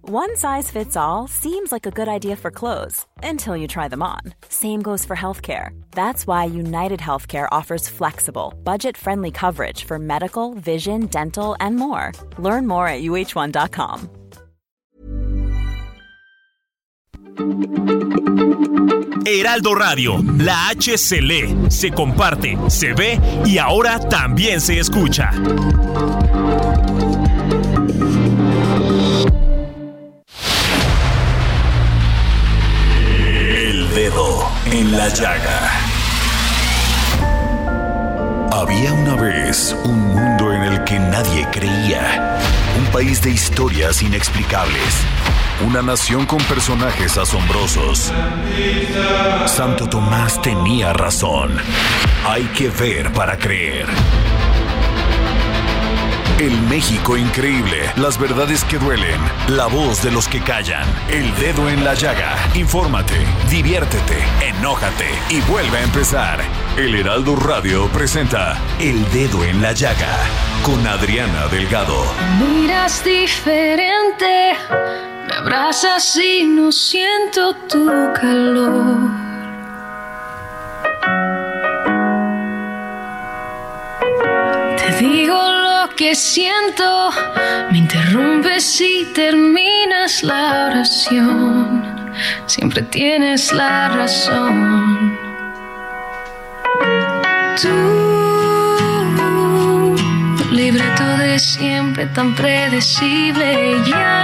One size fits all seems like a good idea for clothes until you try them on. Same goes for healthcare. That's why United Healthcare offers flexible, budget-friendly coverage for medical, vision, dental, and more. Learn more at uh1.com. Heraldo Radio, la H se lee, se comparte, se ve y ahora también se escucha. El dedo en la llaga. Había una vez un mundo en el que nadie creía. Un país de historias inexplicables. Una nación con personajes asombrosos. Santo Tomás tenía razón. Hay que ver para creer. El México increíble, las verdades que duelen, la voz de los que callan. El dedo en la llaga. Infórmate, diviértete, enójate y vuelve a empezar. El Heraldo Radio presenta El Dedo en la Llaga con Adriana Delgado. Miras diferente, me abrazas y no siento tu calor. Te digo lo que siento, me interrumpes y terminas la oración. Siempre tienes la razón. Tú, libreto de siempre tan predecible,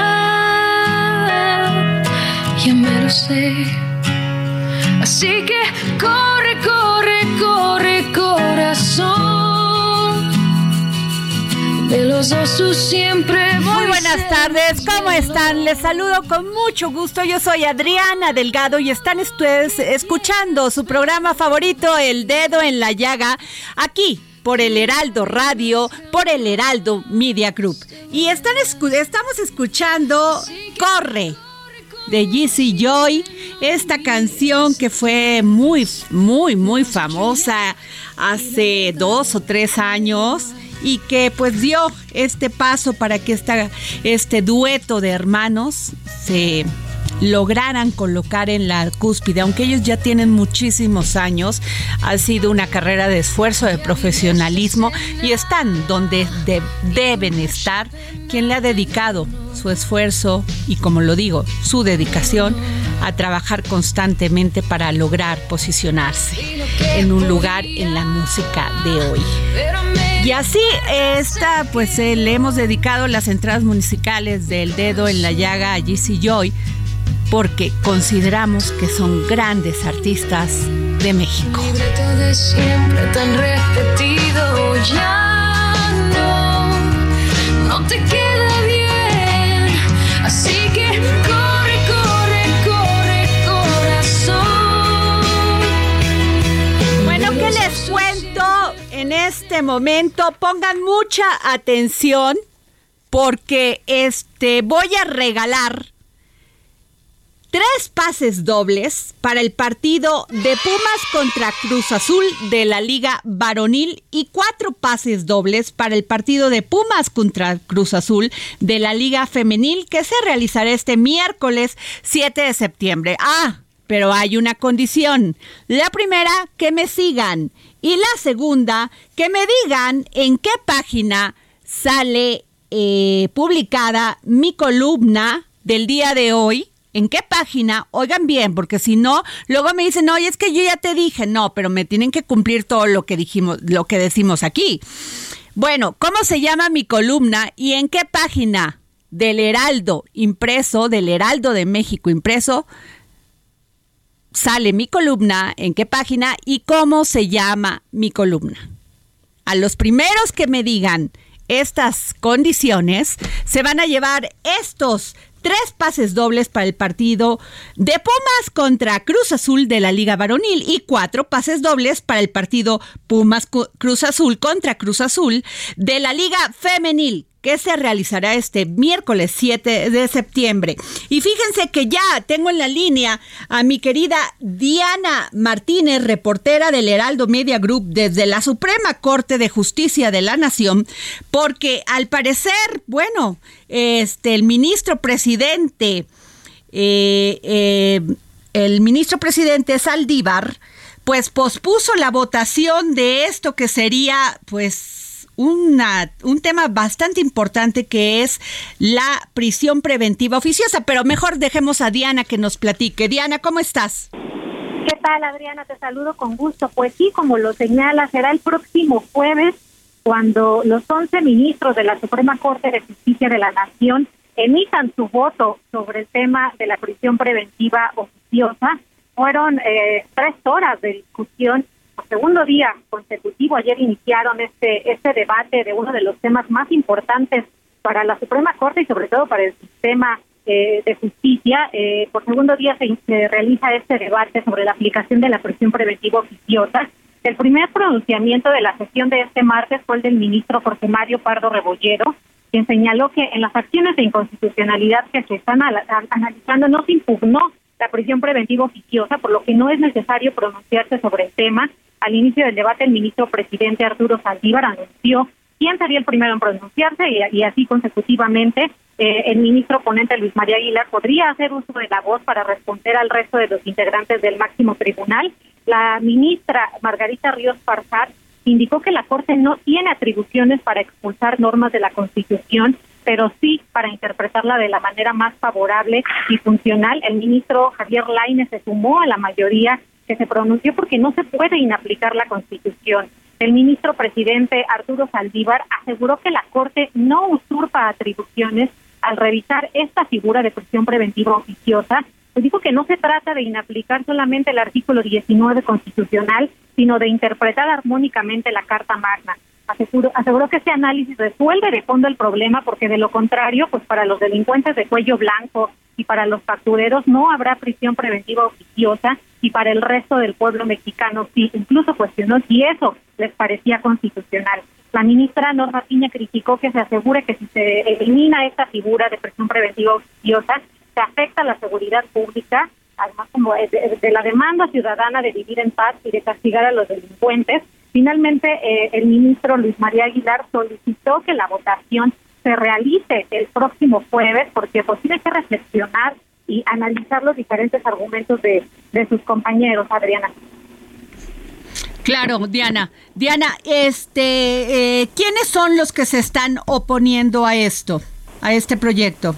ya me lo sé. Así que corre, corre, corre, corazón. De los dos tú siempre. Muy buenas tardes, ¿cómo están? Les saludo con mucho gusto. Yo soy Adriana Delgado y están ustedes escuchando su programa favorito, El Dedo en la Llaga, aquí por el Heraldo Radio, por el Heraldo Media Group. Y estamos escuchando Corre, de Jesse Joy, esta canción que fue muy, muy, muy famosa hace 2 o 3 años y que pues dio este paso para que este dueto de hermanos se lograran colocar en la cúspide, aunque ellos ya tienen muchísimos años. Ha sido una carrera de esfuerzo, de profesionalismo y están donde deben estar. Quien le ha dedicado su esfuerzo y, como lo digo, su dedicación a trabajar constantemente para lograr posicionarse en un lugar en la música de hoy. Y así le hemos dedicado las entradas musicales del Dedo en la Llaga a Jesse Joy, porque consideramos que son grandes artistas de México. Libreto de siempre tan repetido, ya no te queda bien. Así que corre, corre, corre, corazón. Bueno, ¿qué les cuento en este momento? Pongan mucha atención porque voy a regalar 3 pases dobles para el partido de Pumas contra Cruz Azul de la Liga Varonil y 4 pases dobles para el partido de Pumas contra Cruz Azul de la Liga Femenil que se realizará este miércoles 7 de septiembre. Pero hay una condición. La primera, que me sigan. Y la segunda, que me digan en qué página sale publicada mi columna del día de hoy. ¿En qué página? Oigan bien, porque si no, luego me dicen, oye, es que yo ya te dije. No, pero me tienen que cumplir todo lo que decimos aquí. Bueno, ¿cómo se llama mi columna y en qué página del Heraldo impreso, del Heraldo de México impreso, sale mi columna? ¿En qué página y cómo se llama mi columna? A los primeros que me digan estas condiciones, se van a llevar estos 3 pases dobles para el partido de Pumas contra Cruz Azul de la Liga Varonil y 4 pases dobles para el partido Pumas Cruz Azul contra Cruz Azul de la Liga Femenil. que se realizará este miércoles 7 de septiembre. Y fíjense que ya tengo en la línea a mi querida Diana Martínez, reportera del Heraldo Media Group desde la Suprema Corte de Justicia de la Nación, porque al parecer, bueno, el ministro presidente Saldívar, pues pospuso la votación de esto que sería, pues, un tema bastante importante, que es la prisión preventiva oficiosa. Pero mejor dejemos a Diana que nos platique. Diana, ¿cómo estás? ¿Qué tal, Adriana? Te saludo con gusto. Pues sí, como lo señala, será el próximo jueves cuando los 11 ministros de la Suprema Corte de Justicia de la Nación emitan su voto sobre el tema de la prisión preventiva oficiosa. Fueron 3 horas de discusión. Por segundo día consecutivo, ayer iniciaron este debate de uno de los temas más importantes para la Suprema Corte y sobre todo para el sistema de justicia. Por segundo día se realiza este debate sobre la aplicación de la prisión preventiva oficiosa. El primer pronunciamiento de la sesión de este martes fue el del ministro Jorge Mario Pardo Rebollero, quien señaló que en las acciones de inconstitucionalidad que se están analizando no se impugnó la prisión preventiva oficiosa, por lo que no es necesario pronunciarse sobre el tema. Al inicio del debate, el ministro presidente Arturo Saldívar anunció quién sería el primero en pronunciarse y así consecutivamente. El ministro ponente Luis María Aguilar podría hacer uso de la voz para responder al resto de los integrantes del máximo tribunal. La ministra Margarita Ríos Farjat indicó que la Corte no tiene atribuciones para expulsar normas de la Constitución, pero sí para interpretarla de la manera más favorable y funcional. El ministro Javier Lainez se sumó a la mayoría que se pronunció porque no se puede inaplicar la Constitución. El ministro presidente Arturo Saldívar aseguró que la Corte no usurpa atribuciones al revisar esta figura de prisión preventiva oficiosa. Pues dijo que no se trata de inaplicar solamente el artículo 19 constitucional, sino de interpretar armónicamente la Carta Magna. Aseguró que este análisis resuelve de fondo el problema, porque de lo contrario, pues para los delincuentes de cuello blanco y para los factureros no habrá prisión preventiva oficiosa, y para el resto del pueblo mexicano sí. Incluso cuestionó si eso les parecía constitucional. La ministra Norma Piña criticó que se asegure que si se elimina esta figura de prisión preventiva oficiosa, se afecta la seguridad pública, además como de la demanda ciudadana de vivir en paz y de castigar a los delincuentes. Finalmente, el ministro Luis María Aguilar solicitó que la votación se realice el próximo jueves, porque pues tiene que reflexionar y analizar los diferentes argumentos de sus compañeros, Adriana. Claro, Diana. Diana, ¿quiénes son los que se están oponiendo a este proyecto?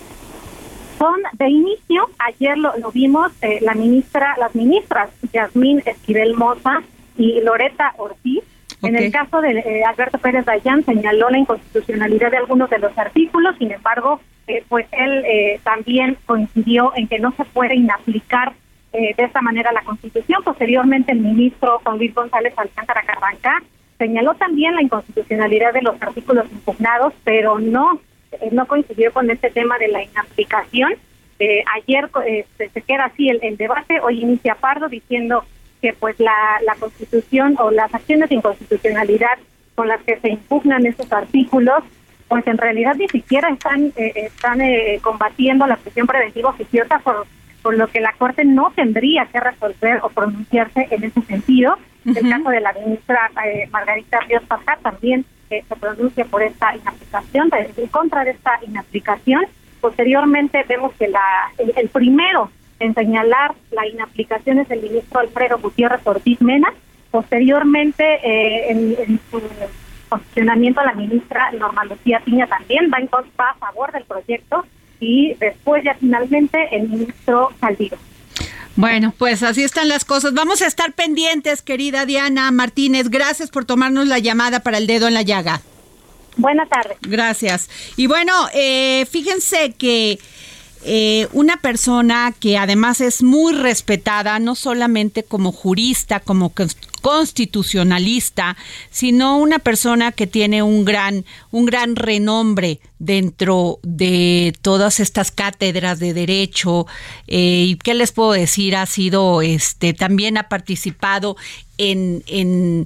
Son de inicio, ayer lo vimos, las ministras Yasmín Esquivel Moza y Loreta Ortiz. En el caso de Alberto Pérez Dayán, señaló la inconstitucionalidad de algunos de los artículos. Sin embargo, pues él también coincidió en que no se puede inaplicar de esta manera la Constitución. Posteriormente, el ministro Juan Luis González Alcántara Carrancá señaló también la inconstitucionalidad de los artículos impugnados, pero no coincidió con este tema de la inaplicación. Ayer se queda así el debate. Hoy inicia Pardo diciendo que pues la Constitución o las acciones de inconstitucionalidad con las que se impugnan estos artículos, pues en realidad ni siquiera están combatiendo la prisión preventiva oficiosa, por lo que la Corte no tendría que resolver o pronunciarse en ese sentido. Uh-huh. El caso de la ministra Margarita Ríos Farjat también se pronuncia por esta inaplicación, en contra de esta inaplicación. Posteriormente vemos que el primero en señalar la inaplicación es el ministro Alfredo Gutiérrez Ortiz Mena. Posteriormente, en su posicionamiento, la ministra Norma Lucía Piña también va a favor del proyecto, y después ya finalmente el ministro Saldívar. Bueno, pues así están las cosas. Vamos a estar pendientes, querida Diana Martínez. Gracias por tomarnos la llamada para El Dedo en la Llaga. Buenas tardes. Gracias. Y bueno, fíjense que una persona que además es muy respetada, no solamente como jurista, como constitucionalista, sino una persona que tiene un gran renombre dentro de todas estas cátedras de derecho, y qué les puedo decir, ha sido también ha participado en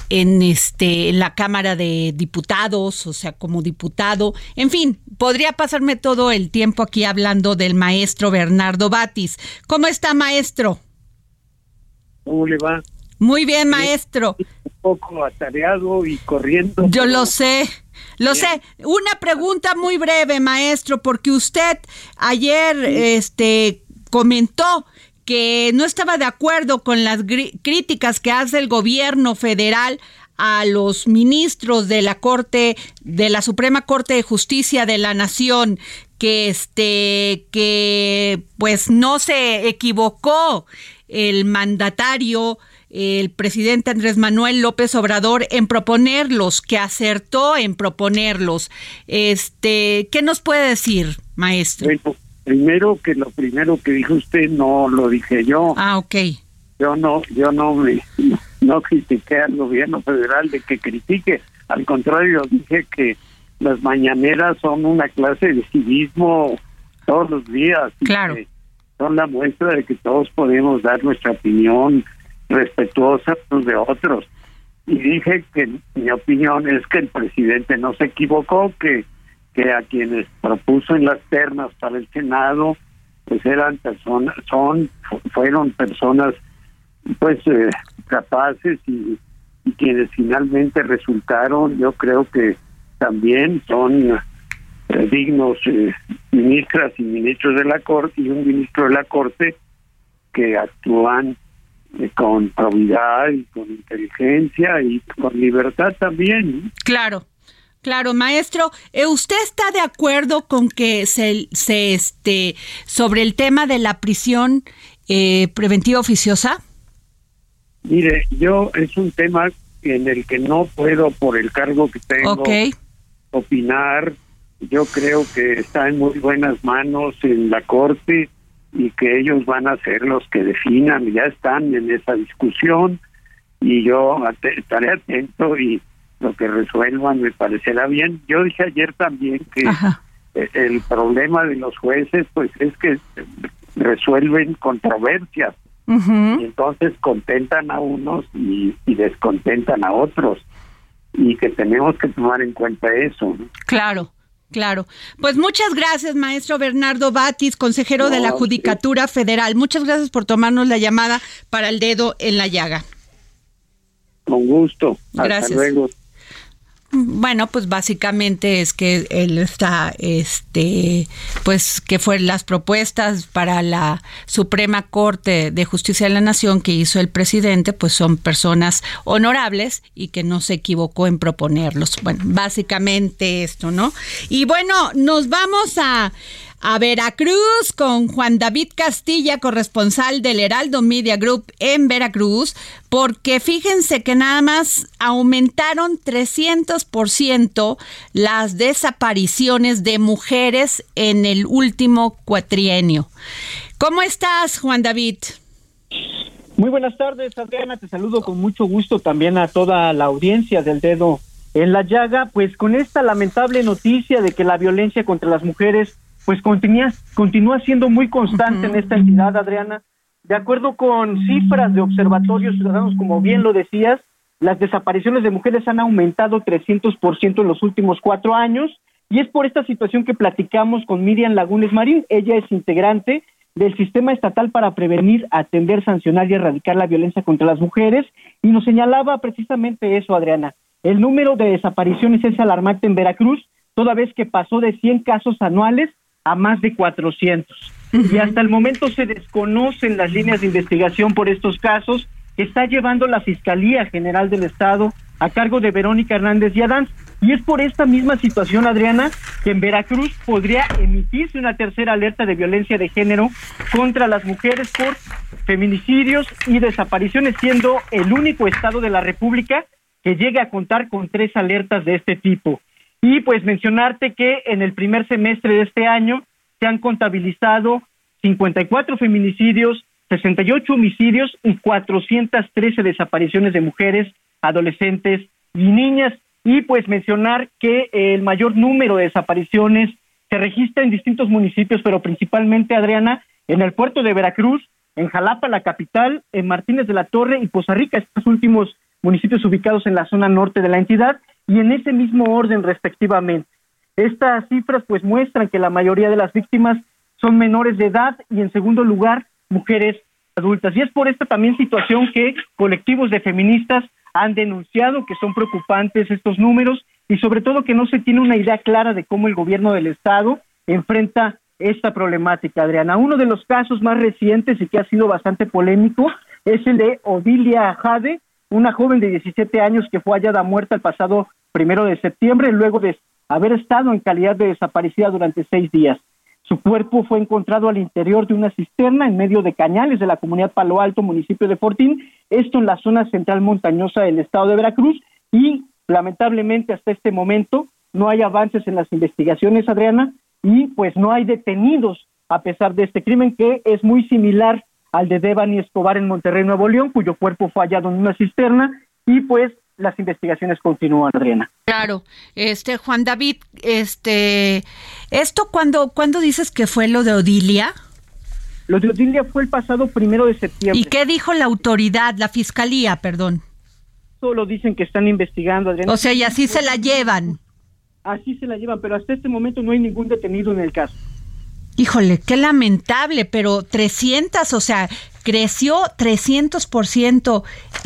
en la Cámara de Diputados, o sea, como diputado. En fin, podría pasarme todo el tiempo aquí hablando del maestro Bernardo Batis. ¿Cómo está, maestro? ¿Cómo le va? Muy bien, maestro. Un poco atareado y corriendo. Yo lo sé. Una pregunta muy breve, maestro, porque usted ayer comentó que no estaba de acuerdo con las críticas que hace el gobierno federal a los ministros de la Suprema Corte de Justicia de la Nación, que pues no se equivocó el mandatario, el presidente Andrés Manuel López Obrador, en proponerlos, que acertó en proponerlos. ¿Qué nos puede decir, maestro? Bueno, lo primero que dijo usted no lo dije yo. Ah, ok. Yo no critiqué al gobierno federal de que critique. Al contrario, dije que las mañaneras son una clase de civismo todos los días. Claro. Son la muestra de que todos podemos dar nuestra opinión respetuosa unos de otros. Y dije que mi opinión es que el presidente no se equivocó, que a quienes propuso en las ternas para el Senado, pues fueron personas pues capaces y quienes finalmente resultaron, yo creo que también son dignos ministras y ministros de la Corte, y un ministro de la Corte que actúan con probidad y con inteligencia y con libertad también. Claro, maestro. ¿Usted está de acuerdo con que sobre el tema de la prisión preventiva oficiosa? Mire, es un tema en el que no puedo, por el cargo que tengo, opinar. Yo creo que está en muy buenas manos en la Corte y que ellos van a ser los que definan, ya están en esa discusión y yo estaré atento y lo que resuelvan me parecerá bien. Yo dije ayer también que el problema de los jueces pues es que resuelven controversias y entonces contentan a unos y descontentan a otros y que tenemos que tomar en cuenta eso, ¿no? Claro. Pues muchas gracias, maestro Bernardo Batis, consejero de la Judicatura Federal. Muchas gracias por tomarnos la llamada para el Dedo en la Llaga. Con gusto. Gracias. Hasta luego. Bueno, pues básicamente es que él está, pues que fueron las propuestas para la Suprema Corte de Justicia de la Nación que hizo el presidente, pues son personas honorables y que no se equivocó en proponerlos. Bueno, básicamente esto, ¿no? Y bueno, nos vamos a Veracruz con Juan David Castilla, corresponsal del Heraldo Media Group en Veracruz, porque fíjense que nada más aumentaron 300% las desapariciones de mujeres en el último cuatrienio. ¿Cómo estás, Juan David? Muy buenas tardes, Adriana, te saludo con mucho gusto también a toda la audiencia del Dedo en la Llaga, pues con esta lamentable noticia de que la violencia contra las mujeres pues continúa siendo muy constante en esta entidad, Adriana. De acuerdo con cifras de Observatorios Ciudadanos, como bien lo decías, las desapariciones de mujeres han aumentado 300% en los últimos 4 años, y es por esta situación que platicamos con Miriam Lagunes Marín. Ella es integrante del Sistema Estatal para Prevenir, Atender, Sancionar y Erradicar la Violencia contra las Mujeres, y nos señalaba precisamente eso, Adriana. El número de desapariciones es alarmante en Veracruz, toda vez que pasó de 100 casos anuales a más de 400. Y hasta el momento se desconocen las líneas de investigación por estos casos que está llevando la Fiscalía General del Estado a cargo de Verónica Hernández y Adán. Y es por esta misma situación, Adriana, que en Veracruz podría emitirse una tercera alerta de violencia de género contra las mujeres por feminicidios y desapariciones, siendo el único estado de la República que llegue a contar con 3 alertas de este tipo. Y pues mencionarte que en el primer semestre de este año se han contabilizado 54 feminicidios, 68 homicidios y 413 desapariciones de mujeres, adolescentes y niñas. Y pues mencionar que el mayor número de desapariciones se registra en distintos municipios, pero principalmente, Adriana, en el puerto de Veracruz, en Jalapa, la capital, en Martínez de la Torre y Poza Rica. Estos últimos municipios ubicados en la zona norte de la entidad, y en ese mismo orden respectivamente. Estas cifras pues muestran que la mayoría de las víctimas son menores de edad y en segundo lugar mujeres adultas. Y es por esta también situación que colectivos de feministas han denunciado que son preocupantes estos números y sobre todo que no se tiene una idea clara de cómo el gobierno del estado enfrenta esta problemática, Adriana. Uno de los casos más recientes y que ha sido bastante polémico es el de Odilia Jade, una joven de 17 años que fue hallada muerta el pasado 1 de septiembre luego de haber estado en calidad de desaparecida durante 6 días. Su cuerpo fue encontrado al interior de una cisterna en medio de cañales de la comunidad Palo Alto, municipio de Fortín, esto en la zona central montañosa del estado de Veracruz, y lamentablemente hasta este momento no hay avances en las investigaciones, Adriana, y pues no hay detenidos a pesar de este crimen que es muy similar al de Devani Escobar en Monterrey, Nuevo León, cuyo cuerpo fue hallado en una cisterna, y pues las investigaciones continúan, Adriana. Claro, Juan David, ¿esto cuándo dices que fue lo de Odilia? Lo de Odilia fue el pasado 1 de septiembre. ¿Y qué dijo la autoridad, la fiscalía, perdón? Solo dicen que están investigando, Adriana. O sea, y así se la llevan. Así se la llevan, pero hasta este momento no hay ningún detenido en el caso. Híjole, qué lamentable, pero 300, o sea, creció 300%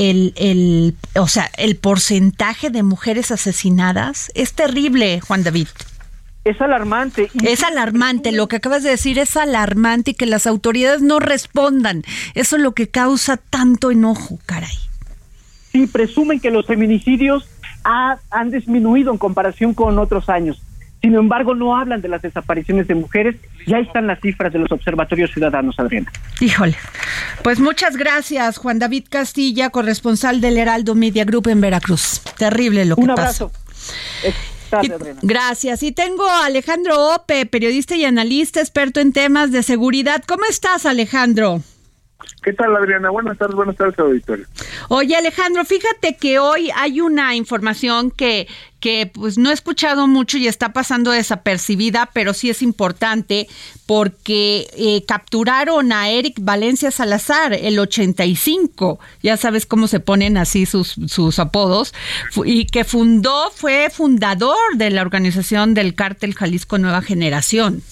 el porcentaje de mujeres asesinadas. Es terrible, Juan David. Es alarmante. Es alarmante, lo que acabas de decir es alarmante y que las autoridades no respondan. Eso es lo que causa tanto enojo, caray. Sí, presumen que los feminicidios han disminuido en comparación con otros años. Sin embargo, no hablan de las desapariciones de mujeres y ahí están las cifras de los observatorios ciudadanos, Adriana. Híjole, pues muchas gracias, Juan David Castilla, corresponsal del Heraldo Media Group en Veracruz. Terrible lo que pasa. Un abrazo. Gracias. Y tengo a Alejandro Ope, periodista y analista, experto en temas de seguridad. ¿Cómo estás, Alejandro? ¿Qué tal, Adriana? Buenas tardes, auditorio. Oye, Alejandro, fíjate que hoy hay una información que pues no he escuchado mucho y está pasando desapercibida, pero sí es importante porque capturaron a Eric Valencia Salazar, el 85, ya sabes cómo se ponen así sus apodos, y que fue fundador de la organización del Cártel Jalisco Nueva Generación.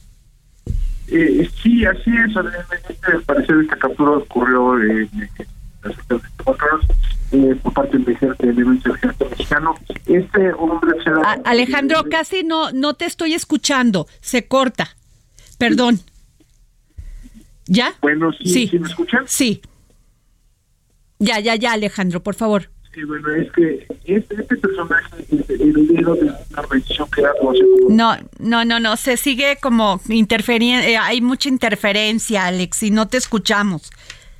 Sí, así es. Al parecer esta captura ocurrió en las últimas 24 horas por parte del ejército mexicano. Este hombre será... Alejandro, casi no te estoy escuchando, se corta. Perdón. ¿Ya? Bueno, ¿sí me escuchan? Sí. Ya, Alejandro, por favor. Sí, bueno, es que este personaje es el heredero de una organización que era No, se sigue como hay mucha interferencia, Alex, y no te escuchamos.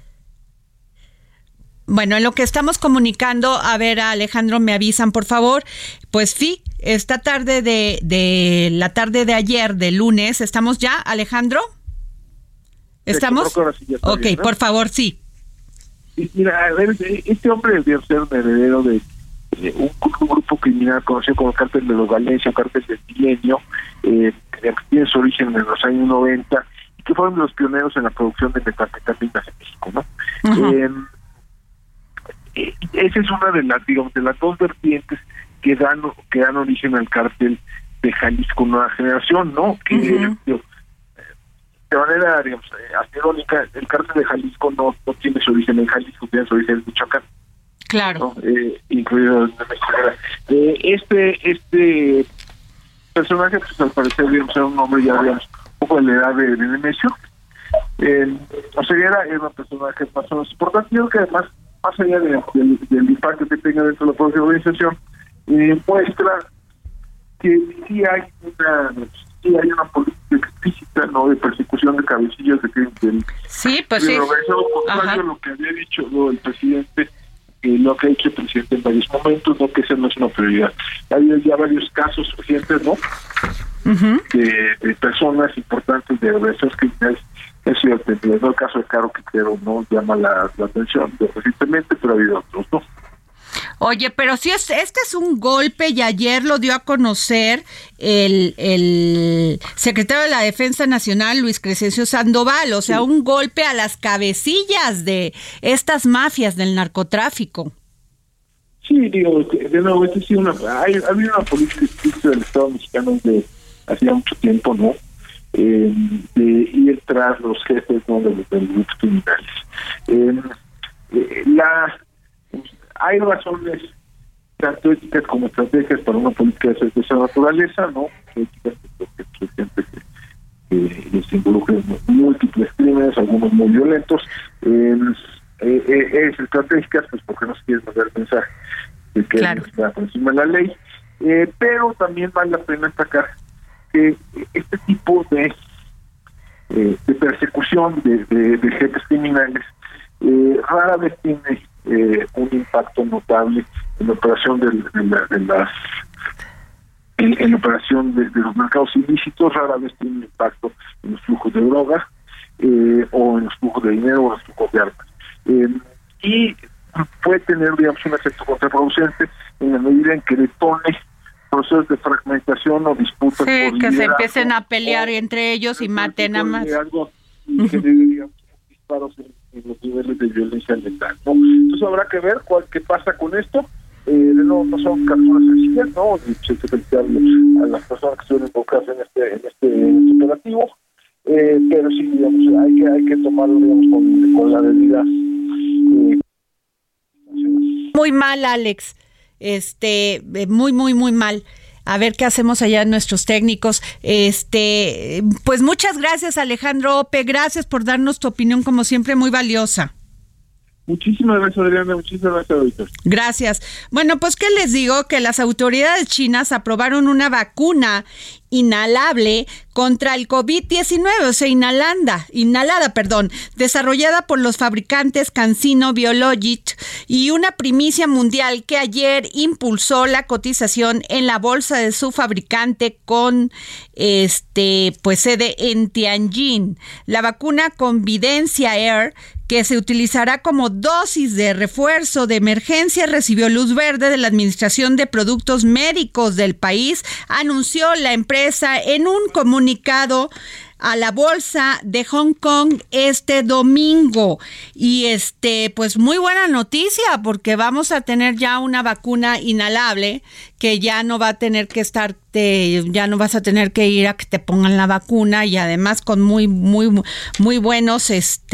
Bueno, en lo que estamos comunicando, a ver, Alejandro, me avisan, por favor. Pues sí, esta tarde de la tarde de ayer, de lunes, ¿estamos ya, Alejandro? ¿Estamos? Ok, bien, ¿no? Por favor, sí. Mira, a ver, este hombre debió ser un heredero de un grupo criminal conocido como Cártel de los Valencia, Cártel del Milenio, que tiene su origen en los años 90 y que fueron los pioneros en la producción de metanfetaminas en México, ¿no? Uh-huh. Esa es una de las dos vertientes que dan origen al Cártel de Jalisco Nueva Generación, ¿no? Que uh-huh. De manera, digamos, irónica, el Cártel de Jalisco no tiene su origen en Jalisco, tiene su origen en Michoacán. Claro. ¿No? Incluido en México. Este personaje, pues al parecer, digamos, era un hombre ya, digamos, un poco de la edad de Nemesio. O sea, era un personaje más o menos importante. Yo creo que además, más allá del impacto que tenga dentro de la propia organización, muestra que sí hay una política explícita, ¿no?, de persecución de cabecillas de crimen. Sí, pues sí. Contrario a lo que había dicho el presidente, lo que ha dicho el presidente en varios momentos, no, que esa no es una prioridad. Ha habido ya varios casos recientes, ¿no? Uh-huh. De personas importantes de organizaciones criminales que han sido atendidas. No, el caso de Caro Quintero no llama la atención recientemente, pero ha habido otros, ¿no? Oye, pero sí, este es un golpe y ayer lo dio a conocer el secretario de la Defensa Nacional, Luis Crescencio Sandoval, o sea, un golpe a las cabecillas de estas mafias del narcotráfico. Sí, digo, de nuevo, sí ha habido una política del Estado mexicano de hacía mucho tiempo, ¿no? De ir tras los jefes, ¿no?, de los grupos criminales. Hay razones tanto éticas como estrategias para una política de esa naturaleza, ¿no? Éticas porque hay gente que se involucra en múltiples crímenes, algunos muy violentos. Estratégicas, pues porque no se quiere mandar el mensaje de que está por encima de la ley, pero también vale la pena destacar que este tipo de persecución de jefes criminales rara vez tiene un impacto notable en la operación en la operación de los mercados ilícitos, rara vez tiene un impacto en los flujos de droga o en los flujos de dinero o en los flujos de armas. Y puede tener, digamos, un efecto contraproducente en la medida en que detone procesos de fragmentación o disputas por que se empiecen a pelear entre ellos y maten a más. Y que digamos, disparos en los niveles de violencia letal, ¿no? Entonces habrá que ver qué pasa con esto. De nuevo, no son capturas sencillas, ¿no? Se felicitarle a las personas que estuvieron involucradas en este operativo, pero sí, digamos, hay que tomarlo, digamos, con la debida. Muy mal, Alex. Muy mal. A ver qué hacemos allá nuestros técnicos. Pues muchas gracias, Alejandro Ope. Gracias por darnos tu opinión, como siempre, muy valiosa. Muchísimas gracias, Adriana. Muchísimas gracias, Víctor. Gracias. Bueno, pues, ¿qué les digo? Que las autoridades chinas aprobaron una vacuna inhalable contra el COVID-19, o sea, inhalada, desarrollada por los fabricantes CanSino Biologics, y una primicia mundial que ayer impulsó la cotización en la bolsa de su fabricante con pues sede en Tianjin. La vacuna Convidencia Air, que se utilizará como dosis de refuerzo de emergencia, recibió luz verde de la Administración de Productos Médicos del país, anunció la empresa en un comunicado a la bolsa de Hong Kong este domingo. Y pues muy buena noticia, porque vamos a tener ya una vacuna inhalable que ya no va a tener que ya no vas a tener que ir a que te pongan la vacuna, y además con muy buenos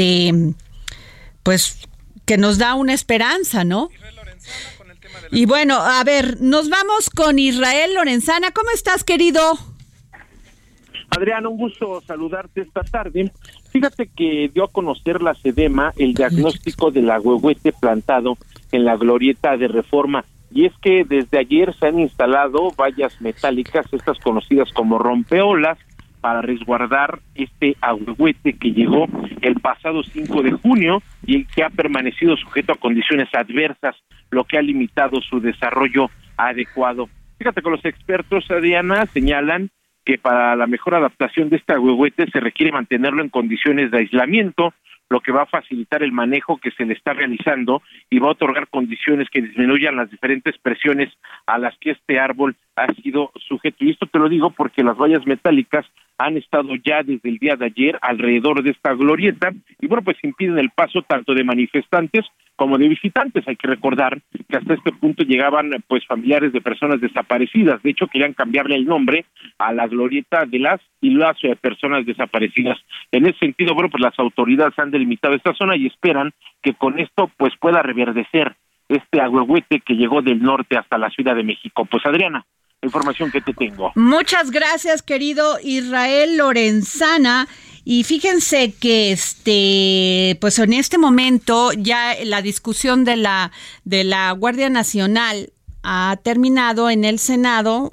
pues que nos da una esperanza, ¿no? Y bueno, a ver, nos vamos con Israel Lorenzana. ¿Cómo estás, querido? Adriana, un gusto saludarte esta tarde. Fíjate que dio a conocer la SEDEMA el diagnóstico del ahuehuete plantado en la glorieta de Reforma. Y es que desde ayer se han instalado vallas metálicas, estas conocidas como rompeolas, para resguardar este ahuehuete que llegó el pasado 5 de junio y que ha permanecido sujeto a condiciones adversas, lo que ha limitado su desarrollo adecuado. Fíjate que los expertos, Adriana, señalan que para la mejor adaptación de este ahuehuete se requiere mantenerlo en condiciones de aislamiento, lo que va a facilitar el manejo que se le está realizando y va a otorgar condiciones que disminuyan las diferentes presiones a las que este árbol ha sido sujeto. Y esto te lo digo porque las vallas metálicas han estado ya desde el día de ayer alrededor de esta glorieta y bueno, pues impiden el paso tanto de manifestantes como de visitantes. Hay que recordar que hasta este punto llegaban pues familiares de personas desaparecidas. De hecho, querían cambiarle el nombre a la glorieta de las y las personas desaparecidas. En ese sentido, bueno, pues las autoridades han delimitado esta zona y esperan que con esto pues pueda reverdecer este ahuehuete que llegó del norte hasta la Ciudad de México. Pues Adriana, la información que te tengo. Muchas gracias, querido Israel Lorenzana. Y fíjense que pues en este momento ya la discusión de la Guardia Nacional ha terminado en el Senado.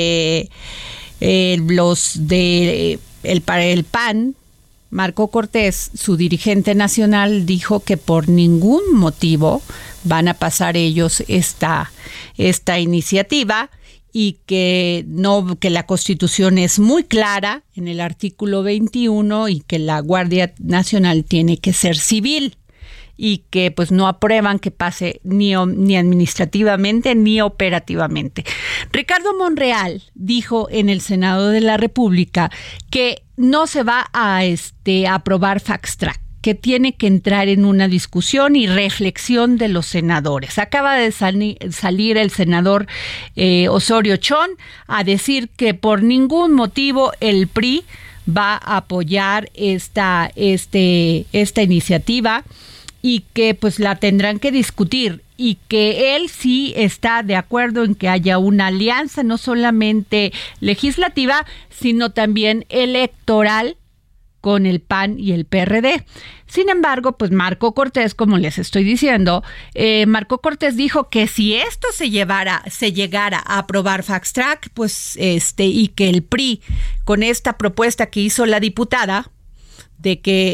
Los de el PAN, Marco Cortés, su dirigente nacional, dijo que por ningún motivo van a pasar ellos esta iniciativa, y que la Constitución es muy clara en el artículo 21 y que la Guardia Nacional tiene que ser civil, y que pues no aprueban que pase ni administrativamente ni operativamente. Ricardo Monreal dijo en el Senado de la República que no se va a aprobar fast track, que tiene que entrar en una discusión y reflexión de los senadores. Acaba de salir el senador Osorio Chong a decir que por ningún motivo el PRI va a apoyar esta iniciativa y que pues la tendrán que discutir, y que él sí está de acuerdo en que haya una alianza no solamente legislativa, sino también electoral con el PAN y el PRD. Sin embargo, pues Marco Cortés, como les estoy diciendo, Marco Cortés dijo que si esto se llegara a aprobar Fast Track, pues y que el PRI, con esta propuesta que hizo la diputada, de que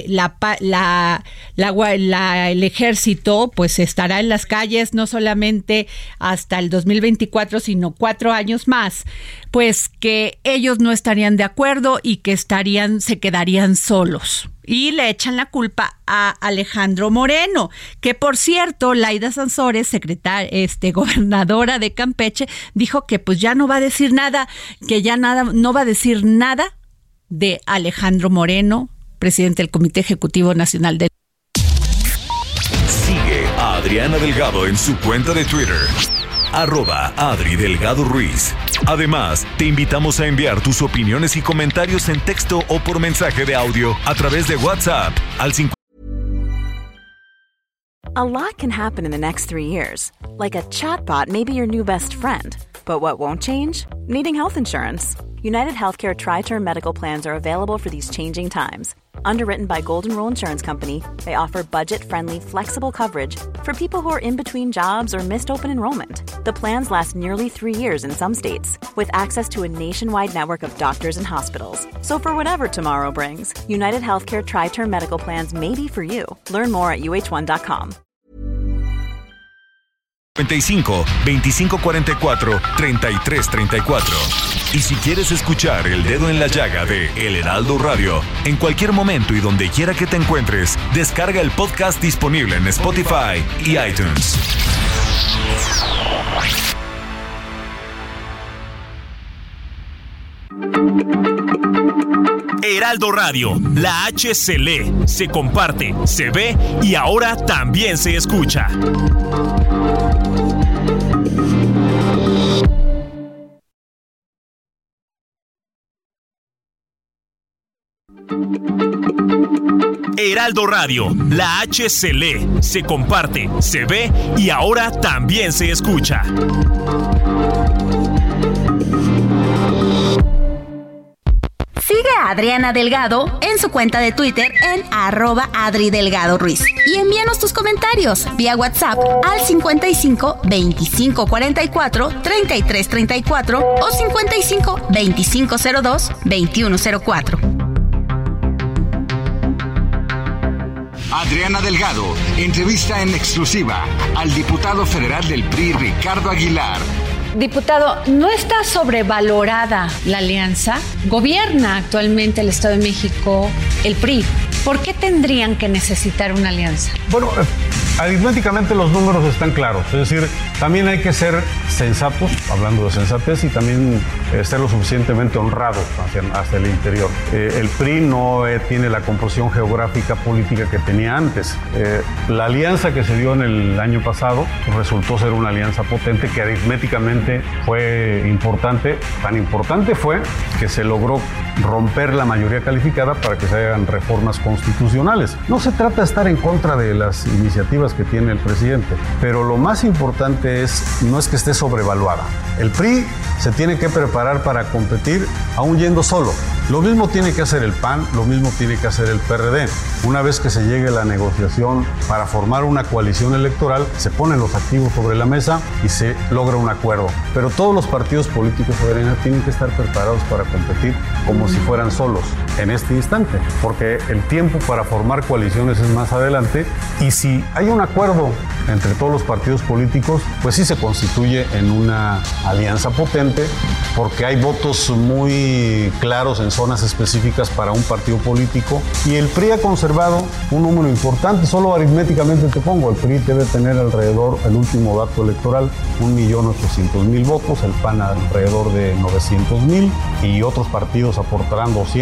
el ejército pues estará en las calles no solamente hasta el 2024, sino 4 años más, pues que ellos no estarían de acuerdo y que se quedarían solos. Y le echan la culpa a Alejandro Moreno, que por cierto, Laida Sansores, gobernadora de Campeche, dijo que pues ya no va a decir nada, no va a decir nada de Alejandro Moreno, presidente del Comité Ejecutivo Nacional del... Sigue a Adriana Delgado en su cuenta de Twitter, @AdriDelgadoRuiz. Además, te invitamos a enviar tus opiniones y comentarios en texto o por mensaje de audio a través de WhatsApp al 5. A lot can happen in the next 3 years. Like a chatbot may be your new best friend. But what won't change? Needing health insurance. United Healthcare Tri-Term Medical Plans are available for these changing times. Underwritten by Golden Rule Insurance Company, they offer budget-friendly, flexible coverage for people who are in between jobs or missed open enrollment. The plans last nearly 3 years in some states, with access to a nationwide network of doctors and hospitals. So for whatever tomorrow brings, United Healthcare Tri-Term Medical Plans may be for you. Learn more at uh1.com. 55 2544 3334. Y si quieres escuchar El Dedo en la Llaga de El Heraldo Radio, en cualquier momento y donde quiera que te encuentres, descarga el podcast disponible en Spotify y iTunes. Heraldo Radio, la H se lee, se comparte, se ve y ahora también se escucha. Heraldo Radio, la H se lee, se comparte, se ve y ahora también se escucha. Sigue a Adriana Delgado en su cuenta de Twitter en @AdriDelgadoRuiz. Y envíanos tus comentarios vía WhatsApp al 55 25 44 33 34 o 55 25 02 21 04. Adriana Delgado entrevista en exclusiva al diputado federal del PRI, Ricardo Aguilar. Diputado, ¿no está sobrevalorada la alianza? Gobierna actualmente el Estado de México el PRI. ¿Por qué tendrían que necesitar una alianza? Bueno, aritméticamente los números están claros. Es decir, también hay que ser sensatos, hablando de sensatez, y también ser lo suficientemente honrados hacia el interior. El PRI no tiene la composición geográfica política que tenía antes. La alianza que se dio en el año pasado resultó ser una alianza potente que aritméticamente fue importante. Tan importante fue que se logró romper la mayoría calificada para que se hagan reformas constitucionales. No se trata de estar en contra de las iniciativas que tiene el presidente, pero lo más importante no es que esté sobrevaluada. El PRI se tiene que preparar para competir aún yendo solo. Lo mismo tiene que hacer el PAN, lo mismo tiene que hacer el PRD. Una vez que se llegue la negociación para formar una coalición electoral, se ponen los activos sobre la mesa y se logra un acuerdo. Pero todos los partidos políticos soberanos tienen que estar preparados para competir como si fueran solos en este instante, porque el tiempo para formar coaliciones es más adelante, y si hay un acuerdo entre todos los partidos políticos, pues sí se constituye en una alianza potente, porque hay votos muy claros en zonas específicas para un partido político, y el PRI ha conservado un número importante. Solo aritméticamente te pongo, el PRI debe tener alrededor, el último dato electoral, 1.800.000 votos, el PAN alrededor de 900.000, y otros partidos aportarán 200 o 300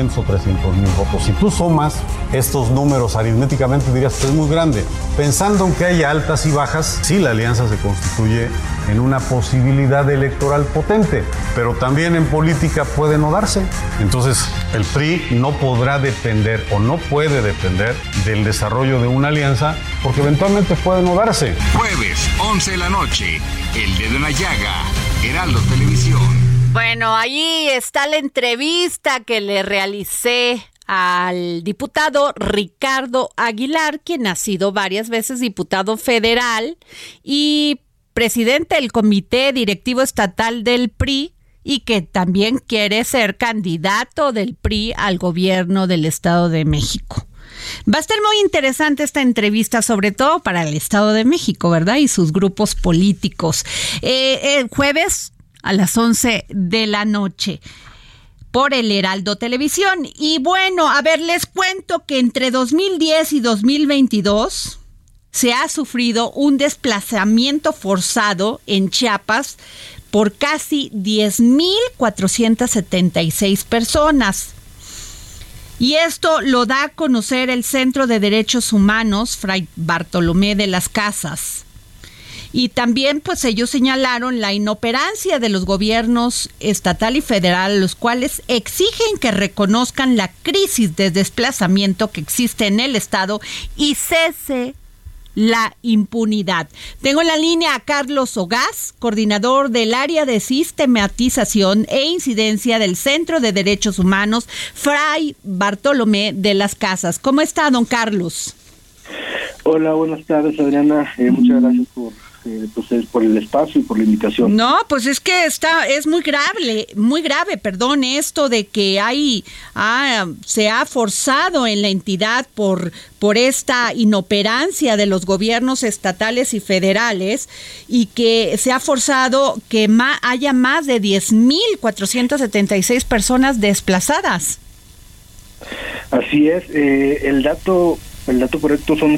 300,000 votos. Si tú sumas estos números aritméticamente dirías que es muy grande. Pensando en que haya altas y bajas, sí, la alianza se constituye en una posibilidad electoral potente, pero también en política puede no darse. Entonces, el PRI no podrá depender o no puede depender del desarrollo de una alianza porque eventualmente puede no darse. Jueves, 11 de la noche, El Dedo en la Llaga, Heraldo Televisión. Bueno, ahí está la entrevista que le realicé al diputado Ricardo Aguilar, quien ha sido varias veces diputado federal y presidente del Comité Directivo Estatal del PRI y que también quiere ser candidato del PRI al gobierno del Estado de México. Va a estar muy interesante esta entrevista, sobre todo para el Estado de México, ¿verdad? Y sus grupos políticos. El jueves a las 11 de la noche por el Heraldo Televisión. Y bueno, a ver, les cuento que entre 2010 y 2022 se ha sufrido un desplazamiento forzado en Chiapas por casi 10,476 personas. Y esto lo da a conocer el Centro de Derechos Humanos Fray Bartolomé de las Casas. Y también pues ellos señalaron la inoperancia de los gobiernos estatal y federal, los cuales exigen que reconozcan la crisis de desplazamiento que existe en el estado y cese la impunidad. Tengo en la línea a Carlos Ogaz, coordinador del área de sistematización e incidencia del Centro de Derechos Humanos Fray Bartolomé de las Casas. ¿Cómo está, don Carlos? Hola, buenas tardes, Adriana. Muchas gracias por el espacio y por la invitación. No, pues es que es muy grave, esto de que se ha forzado en la entidad por esta inoperancia de los gobiernos estatales y federales y que se ha forzado que haya más de 10,476 personas desplazadas. Así es, el dato correcto son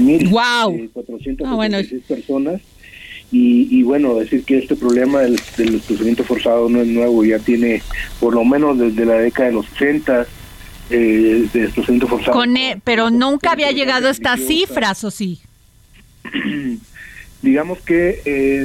14,476 personas. Y bueno, decir que este problema del desplazamiento forzado no es nuevo, ya tiene por lo menos desde la década de los 60 de desplazamiento forzado. Pero nunca había llegado a estas cifras, ¿o sí? Digamos que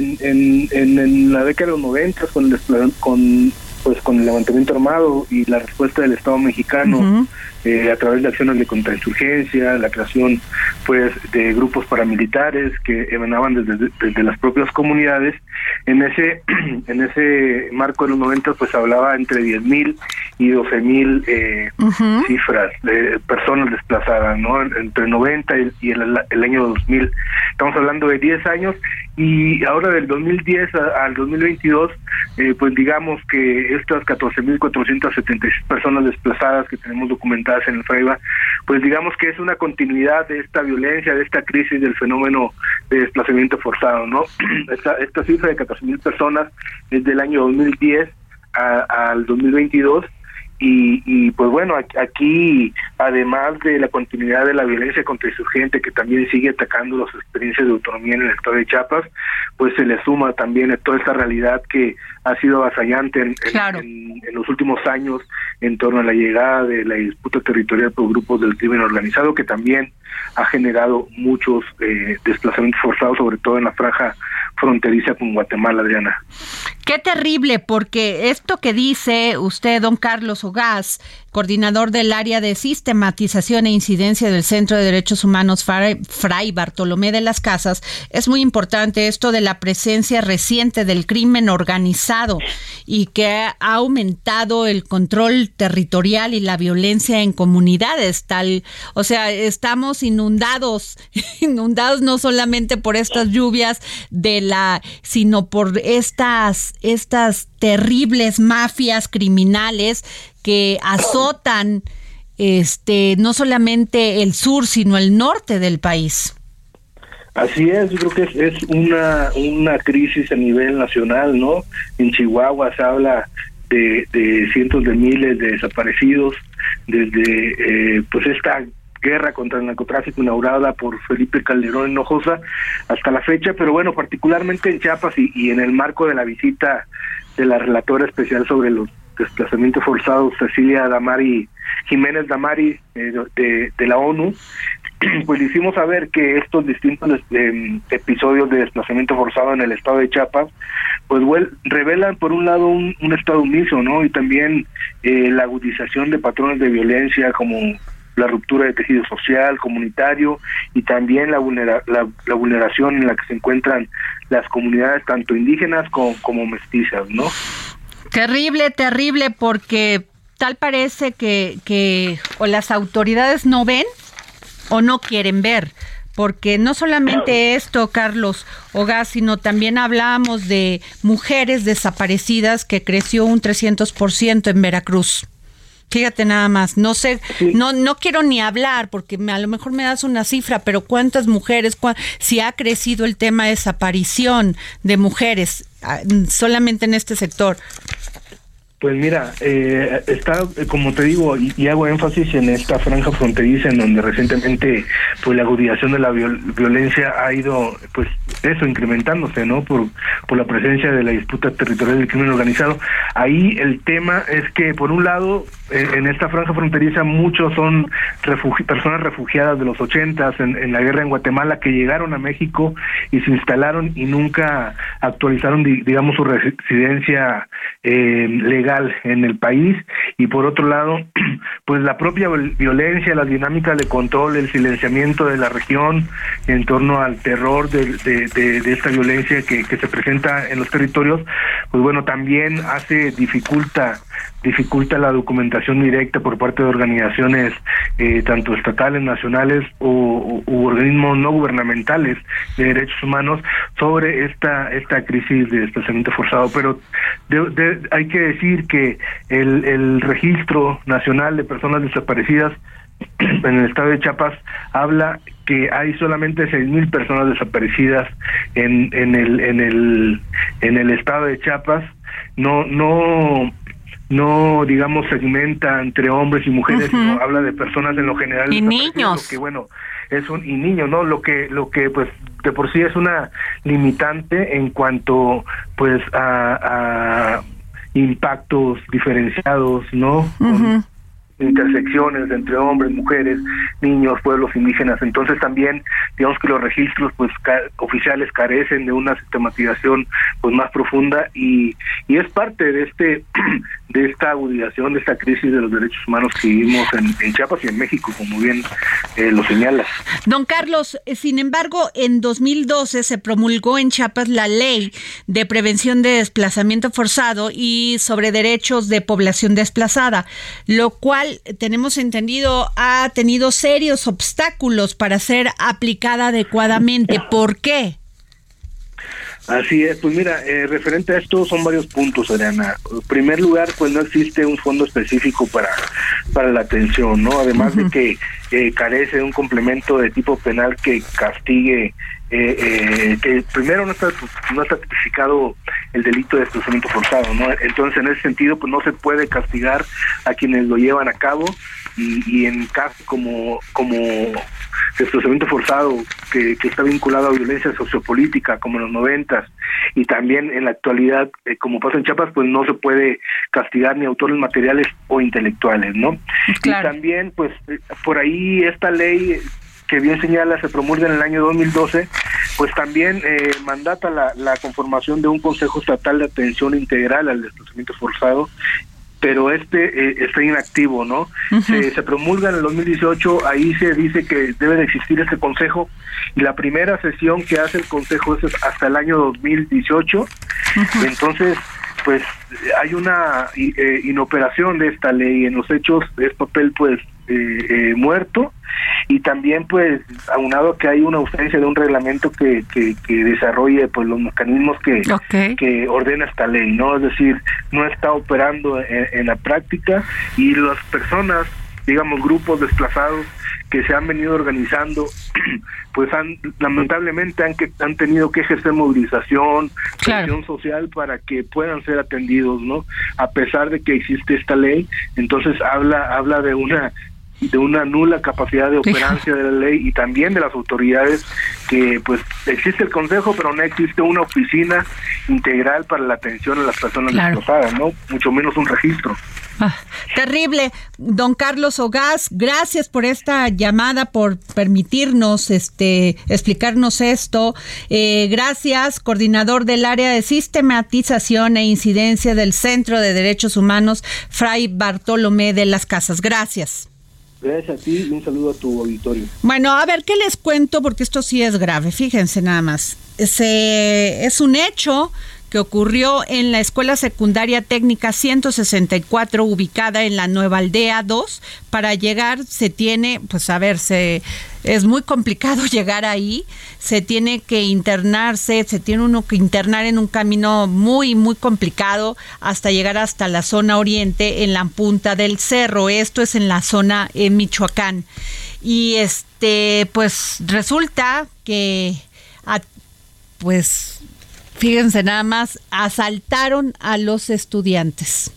en la década de los 90 con el levantamiento armado y la respuesta del Estado mexicano, a través de acciones de contrainsurgencia, la creación pues de grupos paramilitares que emanaban desde las propias comunidades. En ese marco de los 90 pues hablaba entre 10,000 y 12,000 cifras de personas desplazadas, ¿no? Entre el 90 y el año 2000. Estamos hablando de 10 años y ahora del 2010 al 2022 pues digamos que estas 14,476 personas desplazadas que tenemos documentadas en el FRAIBA, pues digamos que es una continuidad de esta violencia, de esta crisis del fenómeno de desplazamiento forzado, ¿no? Esta cifra de 14,000 personas es del año 2010 al 2022 y pues bueno, aquí además de la continuidad de la violencia contrainsurgente que también sigue atacando las experiencias de autonomía en el estado de Chiapas, pues se le suma también a toda esta realidad que ha sido avasallante en los últimos años en torno a la llegada de la disputa territorial por grupos del crimen organizado, que también ha generado muchos desplazamientos forzados, sobre todo en la franja fronteriza con Guatemala, Adriana. Qué terrible, porque esto que dice usted, don Carlos Ogaz, coordinador del área de sistematización e incidencia del Centro de Derechos Humanos Fray Bartolomé de las Casas, es muy importante esto de la presencia reciente del crimen organizado y que ha aumentado el control territorial y la violencia en comunidades, o sea, estamos inundados no solamente por estas lluvias sino por estas terribles mafias criminales que azotan no solamente el sur, sino el norte del país. Así es, yo creo que es una crisis a nivel nacional, ¿no? En Chihuahua se habla de cientos de miles de desaparecidos desde pues esta guerra contra el narcotráfico inaugurada por Felipe Calderón Hinojosa hasta la fecha, pero bueno, particularmente en Chiapas y en el marco de la visita de la relatora especial sobre los desplazamiento forzado, Cecilia Jiménez Damari, de la ONU, pues le hicimos saber que estos distintos episodios de desplazamiento forzado en el estado de Chiapas, pues revelan por un lado un estado omiso, ¿no? Y también la agudización de patrones de violencia como la ruptura de tejido social, comunitario, y también la vulneración en la que se encuentran las comunidades tanto indígenas como mestizas, ¿no? Terrible, porque tal parece que o las autoridades no ven o no quieren ver, porque no solamente esto, Carlos Ogaz, sino también hablamos de mujeres desaparecidas que creció un 300% en Veracruz. Fíjate nada más, no sé, sí. no quiero ni hablar porque a lo mejor me das una cifra, pero ¿cuántas mujeres, si ha crecido el tema de desaparición de mujeres solamente en este sector? Pues mira, está, como te digo, y hago énfasis en esta franja fronteriza en donde recientemente pues la agudización de la violencia ha ido, pues eso, incrementándose, ¿no? Por la presencia de la disputa territorial del crimen organizado. Ahí el tema es que, por un lado, en esta franja fronteriza muchos son personas refugiadas de los 80s en la guerra en Guatemala que llegaron a México y se instalaron y nunca actualizaron, digamos, su residencia legal en el país. Y por otro lado, pues la propia violencia, las dinámicas de control, el silenciamiento de la región en torno al terror de esta violencia que se presenta en los territorios, pues bueno, también dificulta la documentación directa por parte de organizaciones tanto estatales, nacionales u organismos no gubernamentales de derechos humanos sobre esta crisis de desplazamiento forzado. Pero hay que decir que el Registro Nacional de Personas Desaparecidas en el estado de Chiapas habla que hay solamente 6,000 personas desaparecidas en el estado de Chiapas. No digamos segmenta entre hombres y mujeres, sino habla de personas en lo general y niños, que bueno, y niños, ¿no? Lo que pues de por sí es una limitante en cuanto pues a impactos diferenciados, ¿no? Con intersecciones entre hombres, mujeres, niños, pueblos indígenas. Entonces también digamos que los registros pues oficiales carecen de una sistematización pues más profunda y es parte de esta agudización, de esta crisis de los derechos humanos que vivimos en Chiapas y en México, como bien lo señalas. Don Carlos, sin embargo, en 2012 se promulgó en Chiapas la Ley de Prevención de Desplazamiento Forzado y sobre derechos de población desplazada, lo cual tenemos entendido ha tenido serios obstáculos para ser aplicada adecuadamente. ¿Por qué? Así es, pues mira, referente a esto son varios puntos, Adriana. En primer lugar, pues no existe un fondo específico para la atención, ¿no? Además de que carece de un complemento de tipo penal que castigue, que primero no está tipificado el delito de desplazamiento forzado, ¿no? Entonces, en ese sentido, pues no se puede castigar a quienes lo llevan a cabo y en casos como desplazamiento forzado que está vinculado a violencia sociopolítica como en los 90s y también en la actualidad como pasa en Chiapas, pues no se puede castigar ni autores materiales o intelectuales, ¿no? Claro. Y también pues por ahí esta ley que bien señala se promulga en el año 2012, pues también mandata la conformación de un Consejo Estatal de Atención Integral al Desplazamiento Forzado, pero está inactivo, ¿no? Se promulga en el 2018, ahí se dice que debe de existir este consejo, y la primera sesión que hace el consejo es hasta el año 2018, entonces pues hay una inoperación de esta ley. En los hechos es papel pues muerto, y también pues aunado a que hay una ausencia de un reglamento que desarrolle pues los mecanismos que ordena esta ley, ¿no? Es decir, no está operando en la práctica, y las personas, digamos, grupos desplazados que se han venido organizando, pues lamentablemente han tenido que ejercer movilización, presión social para que puedan ser atendidos, ¿no? A pesar de que existe esta ley, entonces habla de una nula capacidad de operancia de la ley y también de las autoridades, que pues existe el consejo pero no existe una oficina integral para la atención a las personas desplazadas, ¿no? Mucho menos un registro. Terrible. Don Carlos Ogaz, gracias por esta llamada, por permitirnos explicarnos esto. Gracias, coordinador del área de sistematización e incidencia del Centro de Derechos Humanos, Fray Bartolomé de las Casas. Gracias. Gracias a ti y un saludo a tu auditorio. Bueno, a ver, ¿qué les cuento? Porque esto sí es grave. Fíjense nada más. Es un hecho que ocurrió en la Escuela Secundaria Técnica 164, ubicada en la Nueva Aldea 2. Para llegar se tiene, es muy complicado llegar ahí, se tiene que internarse, se tiene uno que internar en un camino muy, muy complicado hasta llegar hasta la zona oriente, en la punta del cerro. Esto es en la zona en Michoacán. Y pues resulta que fíjense nada más, asaltaron a los estudiantes.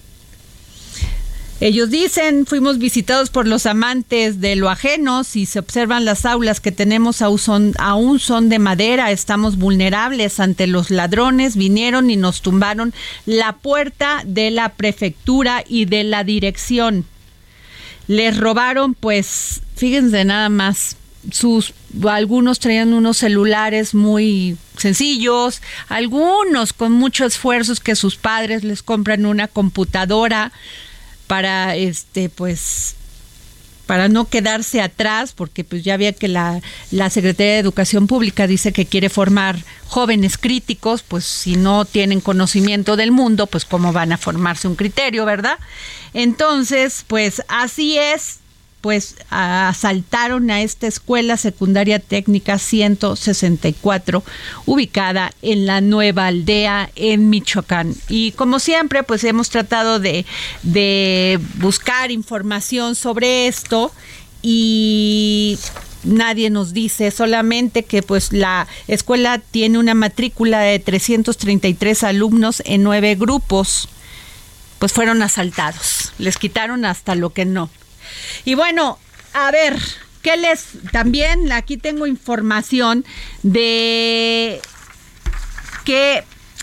Ellos dicen, fuimos visitados por los amantes de lo ajeno. Si se observan las aulas que tenemos aún son de madera, estamos vulnerables ante los ladrones. Vinieron y nos tumbaron la puerta de la prefectura y de la dirección. Les robaron, pues, fíjense nada más, algunos traían unos celulares muy sencillos, algunos con mucho esfuerzo que sus padres les compran una computadora para para no quedarse atrás, porque pues ya había que la Secretaría de Educación Pública dice que quiere formar jóvenes críticos, pues si no tienen conocimiento del mundo, pues cómo van a formarse un criterio, ¿verdad? Entonces, pues así es. Pues asaltaron a esta Escuela Secundaria Técnica 164, ubicada en la Nueva Aldea en Michoacán. Y como siempre, pues hemos tratado de buscar información sobre esto y nadie nos dice, solamente que pues la escuela tiene una matrícula de 333 alumnos en 9 grupos. Pues fueron asaltados, les quitaron hasta lo que no. Y bueno, a ver, también aquí tengo información de que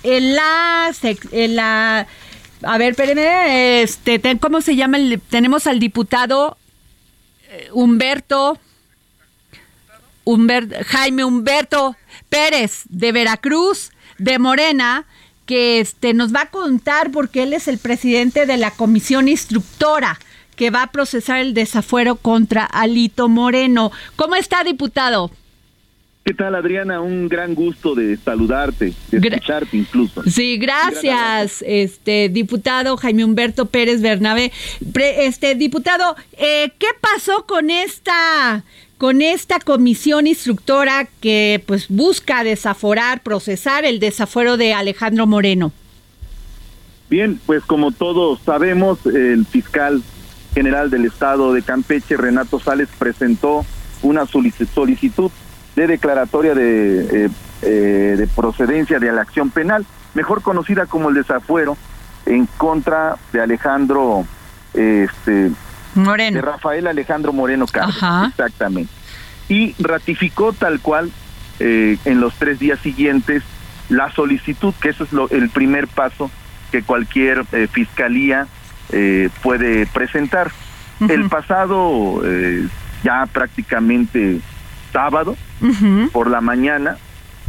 a ver, espérenme, ¿cómo se llama? Tenemos al diputado Jaime Humberto Pérez de Veracruz, de Morena, que nos va a contar porque él es el presidente de la comisión instructora que va a procesar el desafuero contra Alito Moreno. ¿Cómo está, diputado? ¿Qué tal, Adriana? Un gran gusto de saludarte, de escucharte incluso. Sí, gracias, diputado Jaime Humberto Pérez Bernabé. Diputado, ¿qué pasó con esta comisión instructora que pues busca procesar el desafuero de Alejandro Moreno? Bien, pues como todos sabemos, el fiscal general del estado de Campeche, Renato Sales, presentó una solicitud de declaratoria de procedencia de la acción penal, mejor conocida como el desafuero, en contra de Alejandro Moreno. De Rafael Alejandro Moreno Cárdenas. Ajá. Exactamente. Y ratificó tal cual en los 3 días siguientes la solicitud, que eso es el primer paso que cualquier fiscalía puede presentar. Uh-huh. El pasado ya prácticamente sábado, uh-huh, por la mañana,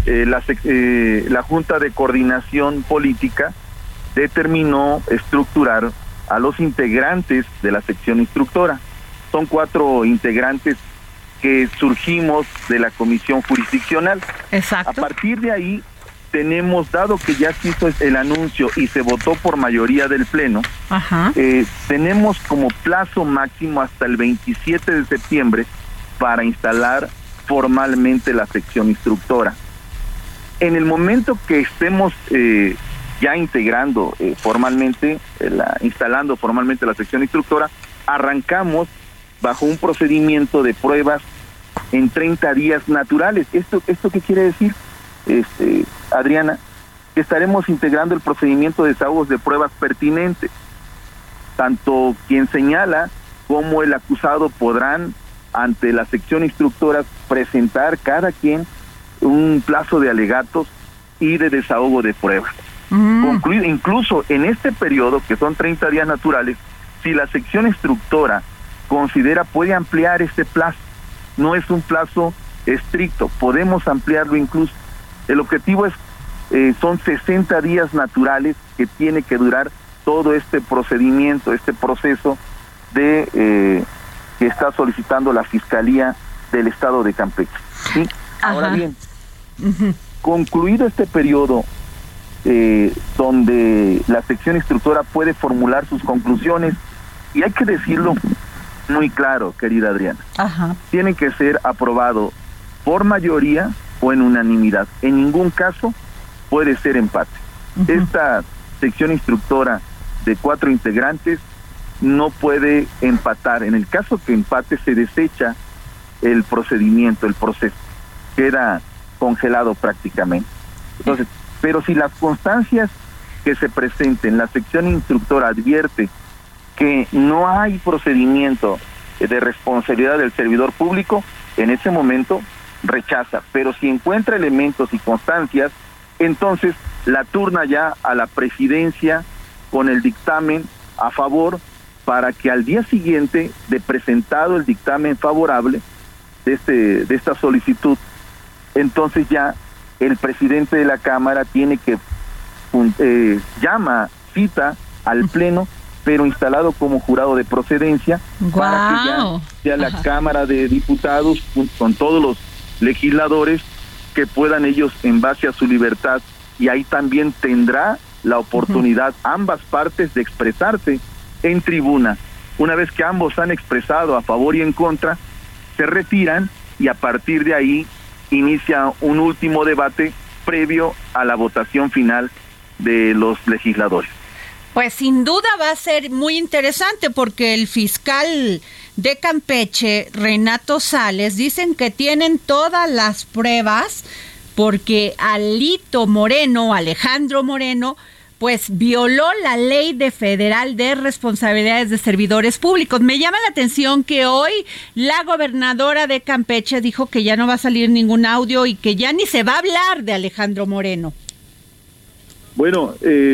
la Junta de Coordinación Política determinó estructurar a los integrantes de la sección instructora. Son 4 integrantes que surgimos de la comisión jurisdiccional. Exacto. A partir de ahí tenemos, dado que ya se hizo el anuncio y se votó por mayoría del Pleno, ajá, tenemos como plazo máximo hasta el 27 de septiembre para instalar formalmente la sección instructora. En el momento que estemos ya integrando formalmente, instalando formalmente la sección instructora, arrancamos bajo un procedimiento de pruebas en 30 días naturales. ¿Esto qué quiere decir, Adriana? Que estaremos integrando el procedimiento de desahogos de pruebas pertinentes. Tanto quien señala como el acusado podrán, ante la sección instructora, presentar cada quien un plazo de alegatos y de desahogo de pruebas. Incluso en este periodo, que son 30 días naturales, si la sección instructora considera, puede ampliar este plazo. No es un plazo estricto, podemos ampliarlo incluso. El objetivo es son 60 días naturales que tiene que durar todo este procedimiento, este proceso de que está solicitando la Fiscalía del Estado de Campeche. ¿Sí? Ahora bien, concluido este periodo donde la sección instructora puede formular sus conclusiones, y hay que decirlo muy claro, querida Adriana, tiene que ser aprobado por mayoría o en unanimidad. En ningún caso puede ser empate. Esta sección instructora de 4 integrantes no puede empatar. En el caso que empate, se desecha el procedimiento, el proceso, queda congelado prácticamente. Entonces, pero si las constancias que se presenten, la sección instructora advierte que no hay procedimiento de responsabilidad del servidor público, en ese momento rechaza. Pero si encuentra elementos y constancias, entonces la turna ya a la presidencia con el dictamen a favor, para que al día siguiente de presentado el dictamen favorable de esta solicitud, entonces ya el presidente de la Cámara tiene que cita al Pleno, pero instalado como jurado de procedencia, para que ya sea la Cámara de Diputados con todos los legisladores, que puedan ellos, en base a su libertad, y ahí también tendrá la oportunidad ambas partes de expresarse en tribuna. Una vez que ambos han expresado a favor y en contra, se retiran, y a partir de ahí inicia un último debate previo a la votación final de los legisladores. Pues sin duda va a ser muy interesante, porque el fiscal de Campeche, Renato Sales, dicen que tienen todas las pruebas, porque Alejandro Moreno, pues violó la ley federal de responsabilidades de servidores públicos. Me llama la atención que hoy la gobernadora de Campeche dijo que ya no va a salir ningún audio y que ya ni se va a hablar de Alejandro Moreno. Bueno,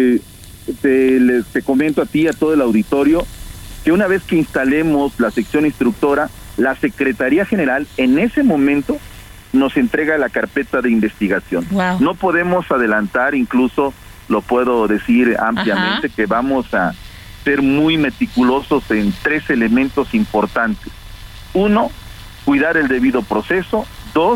te comento a ti y a todo el auditorio que una vez que instalemos la sección instructora, la Secretaría General en ese momento nos entrega la carpeta de investigación. No podemos adelantar, incluso lo puedo decir ampliamente, que vamos a ser muy meticulosos en 3 elementos importantes. 1, cuidar el debido proceso. 2,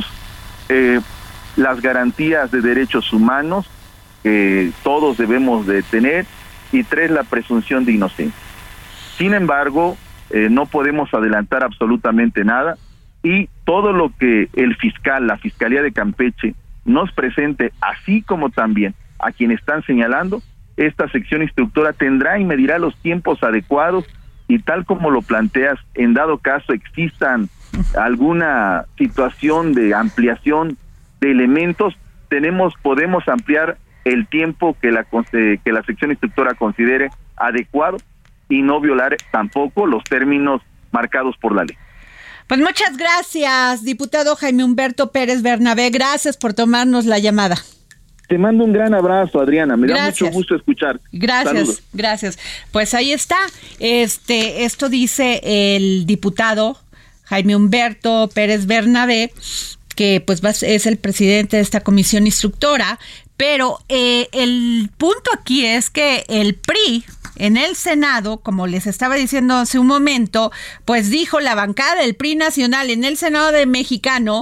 las garantías de derechos humanos que todos debemos de tener. Y 3, la presunción de inocencia. Sin embargo, no podemos adelantar absolutamente nada, y todo lo que la Fiscalía de Campeche nos presente, así como también a quien están señalando, esta sección instructora tendrá y medirá los tiempos adecuados, y tal como lo planteas, en dado caso existan alguna situación de ampliación de elementos, podemos ampliar el tiempo que la sección instructora considere adecuado, y no violar tampoco los términos marcados por la ley. Pues muchas gracias, diputado Jaime Humberto Pérez Bernabé. Gracias por tomarnos la llamada. Te mando un gran abrazo, Adriana. Me da mucho gusto escuchar. Gracias, saludos. Gracias. Pues ahí está. Esto dice el diputado Jaime Humberto Pérez Bernabé, que pues es el presidente de esta comisión instructora, pero el punto aquí es que el PRI en el Senado, como les estaba diciendo hace un momento, pues dijo la bancada del PRI nacional en el Senado de mexicano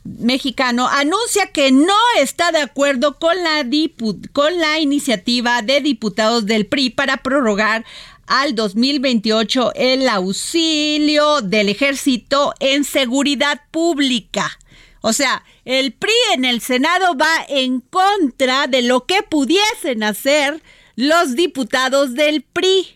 anuncia que no está de acuerdo con la iniciativa de diputados del PRI para prorrogar al 2028 el auxilio del ejército en seguridad pública. O sea, el PRI en el Senado va en contra de lo que pudiesen hacer los diputados del PRI,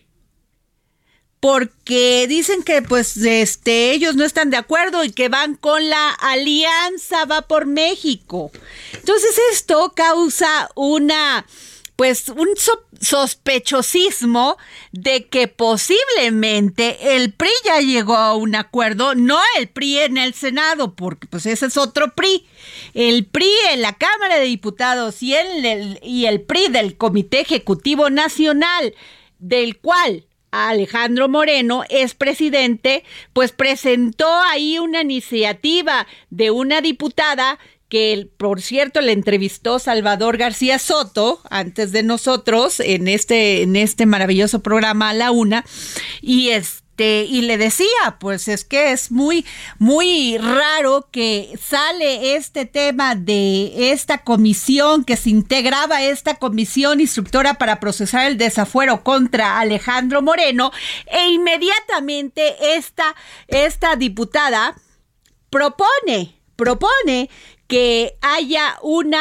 porque dicen que pues ellos no están de acuerdo y que van con la alianza Va por México. Entonces esto causa una pues un sospechosismo de que posiblemente el PRI ya llegó a un acuerdo, no el PRI en el Senado, porque pues ese es otro PRI, el PRI en la Cámara de Diputados y el PRI del Comité Ejecutivo Nacional, del cual Alejandro Moreno es presidente, pues presentó ahí una iniciativa de una diputada que, por cierto, le entrevistó Salvador García Soto antes de nosotros en este maravilloso programa A la Una, y le decía, pues es que es muy, muy raro que sale este tema de esta comisión, que se integraba esta comisión instructora para procesar el desafuero contra Alejandro Moreno, e inmediatamente esta diputada propone que haya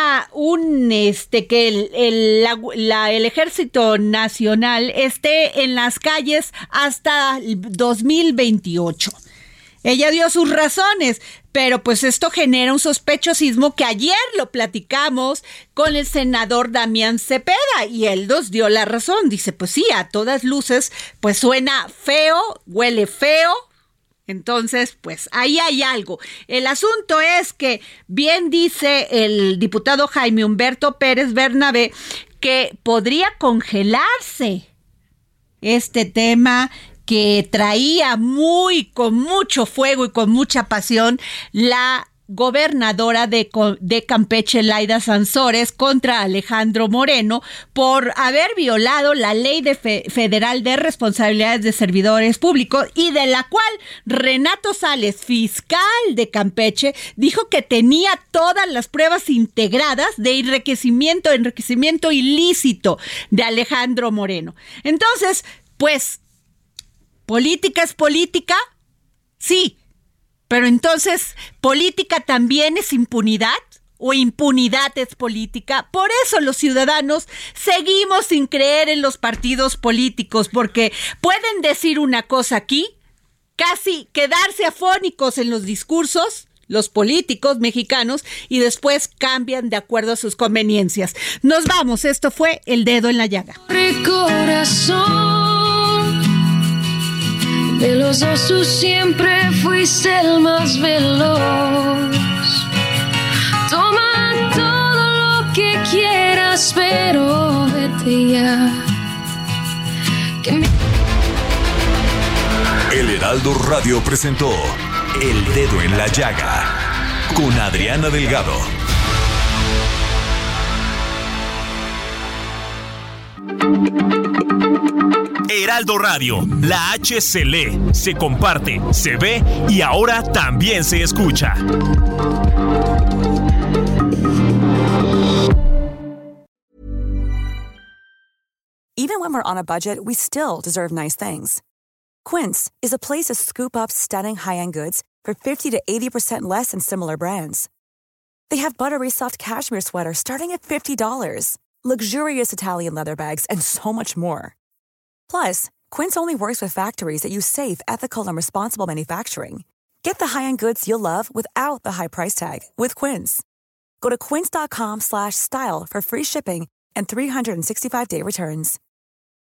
que el Ejército Nacional esté en las calles hasta el 2028. Ella dio sus razones, pero pues esto genera un sospechosismo que ayer lo platicamos con el senador Damián Cepeda y él nos dio la razón. Dice, pues sí, a todas luces, pues suena feo, huele feo. Entonces, pues ahí hay algo. El asunto es que bien dice el diputado Jaime Humberto Pérez Bernabé que podría congelarse este tema que traía con mucho fuego y con mucha pasión la gobernadora de Campeche, Laida Sansores, contra Alejandro Moreno por haber violado la Ley Federal de Responsabilidades de Servidores Públicos, y de la cual Renato Sales, fiscal de Campeche, dijo que tenía todas las pruebas integradas de enriquecimiento ilícito de Alejandro Moreno. Entonces, pues, ¿política es política? Sí. Pero entonces, ¿política también es impunidad? ¿O impunidad es política? Por eso los ciudadanos seguimos sin creer en los partidos políticos, porque pueden decir una cosa aquí, casi quedarse afónicos en los discursos, los políticos mexicanos, y después cambian de acuerdo a sus conveniencias. Nos vamos, esto fue El Dedo en la Llaga. De los dos tú siempre fuiste el más veloz. Toma todo lo que quieras, pero vete ya. El Heraldo Radio presentó El Dedo en la Llaga con Adriana Delgado. Heraldo Radio, la H se lee, se comparte, se ve y ahora también se escucha. Even when we're on a budget, we still deserve nice things. Quince is a place to scoop up stunning high-end goods for 50 to 80% less than similar brands. They have buttery soft cashmere sweaters starting at $50, luxurious Italian leather bags, and so much more. Plus, Quince only works with factories that use safe, ethical, and responsible manufacturing. Get the high-end goods you'll love without the high price tag with Quince. Go to quince.com/style for free shipping and 365-day returns.